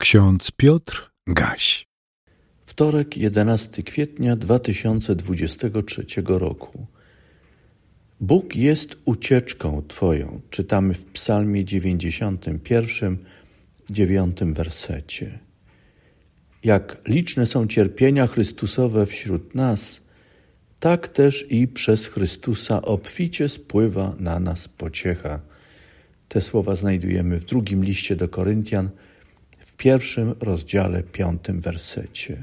Ksiądz Piotr Gaś. Wtorek, 11 kwietnia 2023 roku. Bóg jest ucieczką Twoją, czytamy w Psalmie 91, 9 wersecie. Jak liczne są cierpienia Chrystusowe wśród nas, tak też i przez Chrystusa obficie spływa na nas pociecha. Te słowa znajdujemy w drugim liście do Koryntian, w 1 rozdziale, 5 wersecie.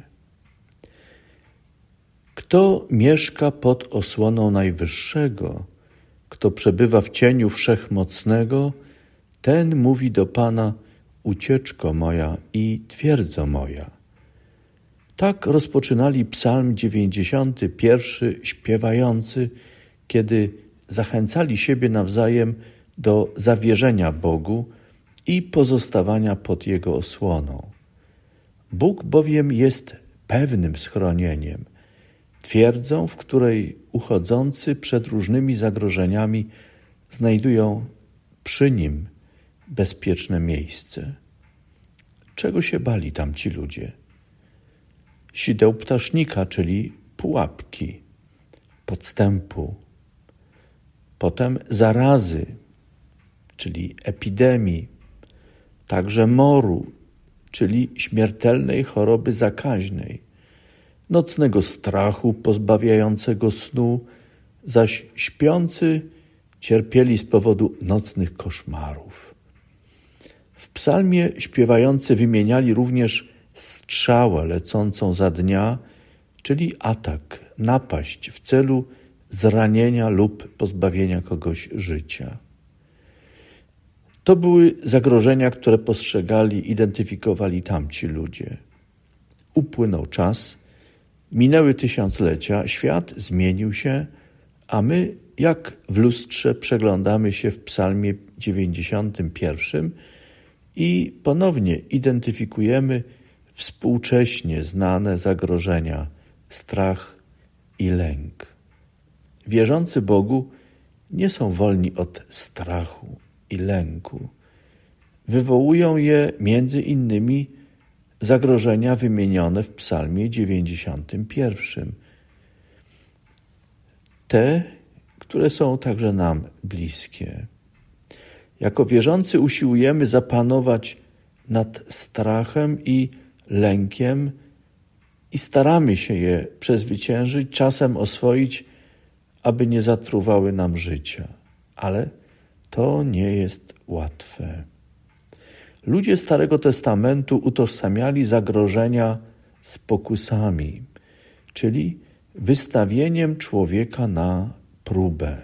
Kto mieszka pod osłoną Najwyższego, kto przebywa w cieniu Wszechmocnego, ten mówi do Pana: ucieczko moja i twierdzo moja. Tak rozpoczynali Psalm 91 śpiewający, kiedy zachęcali siebie nawzajem do zawierzenia Bogu i pozostawania pod Jego osłoną. Bóg bowiem jest pewnym schronieniem, twierdzą, w której uchodzący przed różnymi zagrożeniami znajdują przy Nim bezpieczne miejsce. Czego się bali tamci ludzie? Sideł ptasznika, czyli pułapki, podstępu, potem zarazy, czyli epidemii, także moru, czyli śmiertelnej choroby zakaźnej, nocnego strachu pozbawiającego snu, zaś śpiący cierpieli z powodu nocnych koszmarów. W psalmie śpiewający wymieniali również strzałę lecącą za dnia, czyli atak, napaść w celu zranienia lub pozbawienia kogoś życia. To były zagrożenia, które postrzegali, identyfikowali tamci ludzie. Upłynął czas, minęły tysiąclecia, świat zmienił się, a my, jak w lustrze, przeglądamy się w Psalmie 91 i ponownie identyfikujemy współcześnie znane zagrożenia, strach i lęk. Wierzący Bogu nie są wolni od strachu i lęku. Wywołują je między innymi zagrożenia wymienione w Psalmie 91. Te, które są także nam bliskie. Jako wierzący usiłujemy zapanować nad strachem i lękiem i staramy się je przezwyciężyć, czasem oswoić, aby nie zatruwały nam życia. Ale to nie jest łatwe. Ludzie Starego Testamentu utożsamiali zagrożenia z pokusami, czyli wystawieniem człowieka na próbę.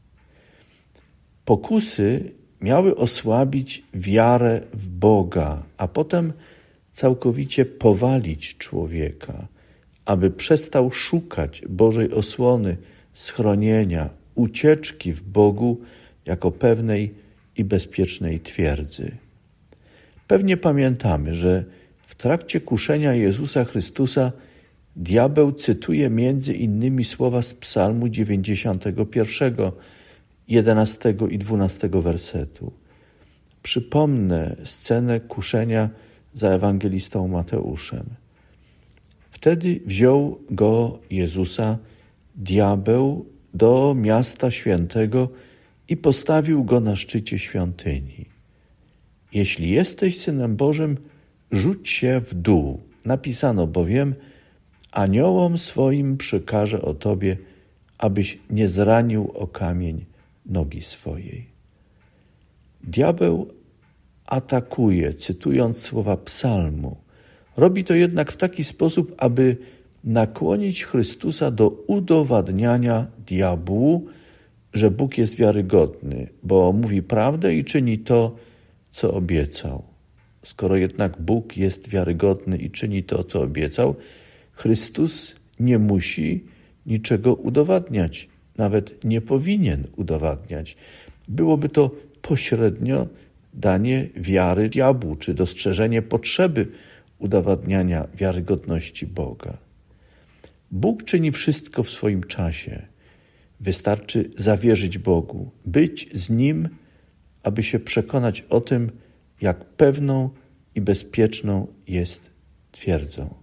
Pokusy miały osłabić wiarę w Boga, a potem całkowicie powalić człowieka, aby przestał szukać Bożej osłony, schronienia, ucieczki w Bogu jako pewnej i bezpiecznej twierdzy. Pewnie pamiętamy, że w trakcie kuszenia Jezusa Chrystusa diabeł cytuje między innymi słowa z Psalmu 91, 11 i 12 wersetu. Przypomnę scenę kuszenia za ewangelistą Mateuszem. Wtedy wziął go, Jezusa, diabeł do miasta świętego i postawił go na szczycie świątyni. Jeśli jesteś Synem Bożym, rzuć się w dół. Napisano bowiem: aniołom swoim przykaże o tobie, abyś nie zranił o kamień nogi swojej. Diabeł atakuje, cytując słowa psalmu. Robi to jednak w taki sposób, aby nakłonić Chrystusa do udowadniania diabłu, że Bóg jest wiarygodny, bo mówi prawdę i czyni to, co obiecał. Skoro jednak Bóg jest wiarygodny i czyni to, co obiecał, Chrystus nie musi niczego udowadniać, nawet nie powinien udowadniać. Byłoby to pośrednio danie wiary diabłu, czy dostrzeżenie potrzeby udowadniania wiarygodności Boga. Bóg czyni wszystko w swoim czasie. Wystarczy zawierzyć Bogu, być z Nim, aby się przekonać o tym, jak pewną i bezpieczną jest twierdzą.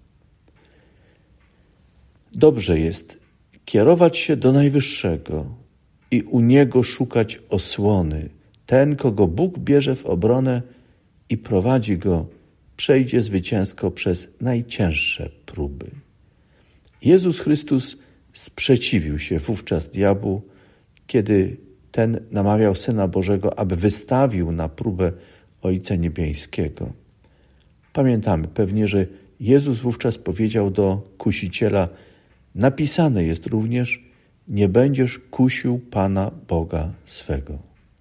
Dobrze jest kierować się do Najwyższego i u Niego szukać osłony. Ten, kogo Bóg bierze w obronę i prowadzi go, przejdzie zwycięsko przez najcięższe próby. Jezus Chrystus sprzeciwił się wówczas diabłu, kiedy ten namawiał Syna Bożego, aby wystawił na próbę Ojca Niebieskiego. Pamiętamy pewnie, że Jezus wówczas powiedział do kusiciela: napisane jest również: nie będziesz kusił Pana Boga swego.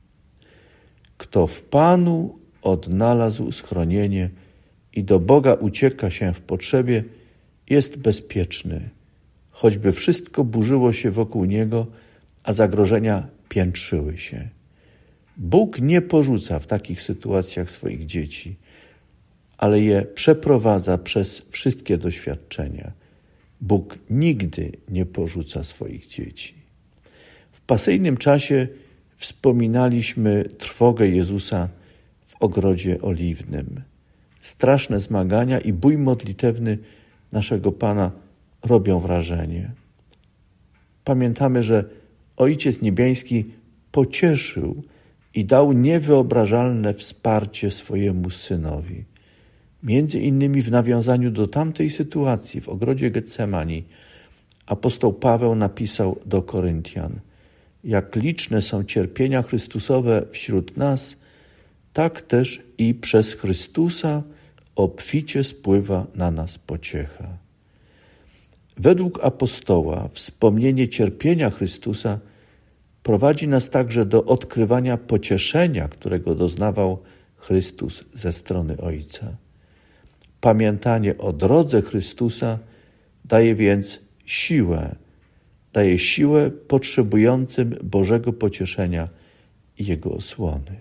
Kto w Panu odnalazł schronienie i do Boga ucieka się w potrzebie, jest bezpieczny, choćby wszystko burzyło się wokół niego, a zagrożenia piętrzyły się. Bóg nie porzuca w takich sytuacjach swoich dzieci, ale je przeprowadza przez wszystkie doświadczenia. Bóg nigdy nie porzuca swoich dzieci. W pasyjnym czasie wspominaliśmy trwogę Jezusa w ogrodzie oliwnym. Straszne zmagania i bój modlitewny naszego Pana robią wrażenie. Pamiętamy, że Ojciec Niebieski pocieszył i dał niewyobrażalne wsparcie swojemu Synowi. Między innymi w nawiązaniu do tamtej sytuacji w ogrodzie Getsemani apostoł Paweł napisał do Koryntian: jak liczne są cierpienia Chrystusowe wśród nas, tak też i przez Chrystusa obficie spływa na nas pociecha. Według apostoła wspomnienie cierpienia Chrystusa prowadzi nas także do odkrywania pocieszenia, którego doznawał Chrystus ze strony Ojca. Pamiętanie o drodze Chrystusa daje więc siłę potrzebującym Bożego pocieszenia i Jego osłony.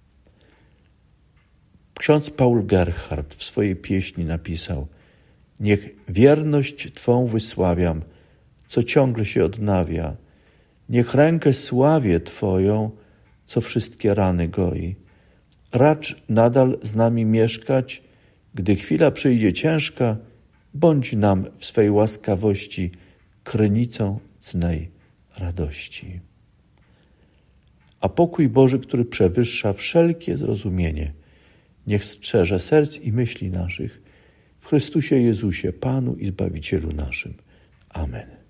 Ksiądz Paul Gerhardt w swojej pieśni napisał: niech wierność Twą wysławiam, co ciągle się odnawia. Niech rękę sławię Twoją, co wszystkie rany goi. Racz nadal z nami mieszkać, gdy chwila przyjdzie ciężka, bądź nam w swej łaskawości krynicą cnej radości. A pokój Boży, który przewyższa wszelkie zrozumienie, niech strzeże serc i myśli naszych w Chrystusie Jezusie, Panu i Zbawicielu naszym. Amen.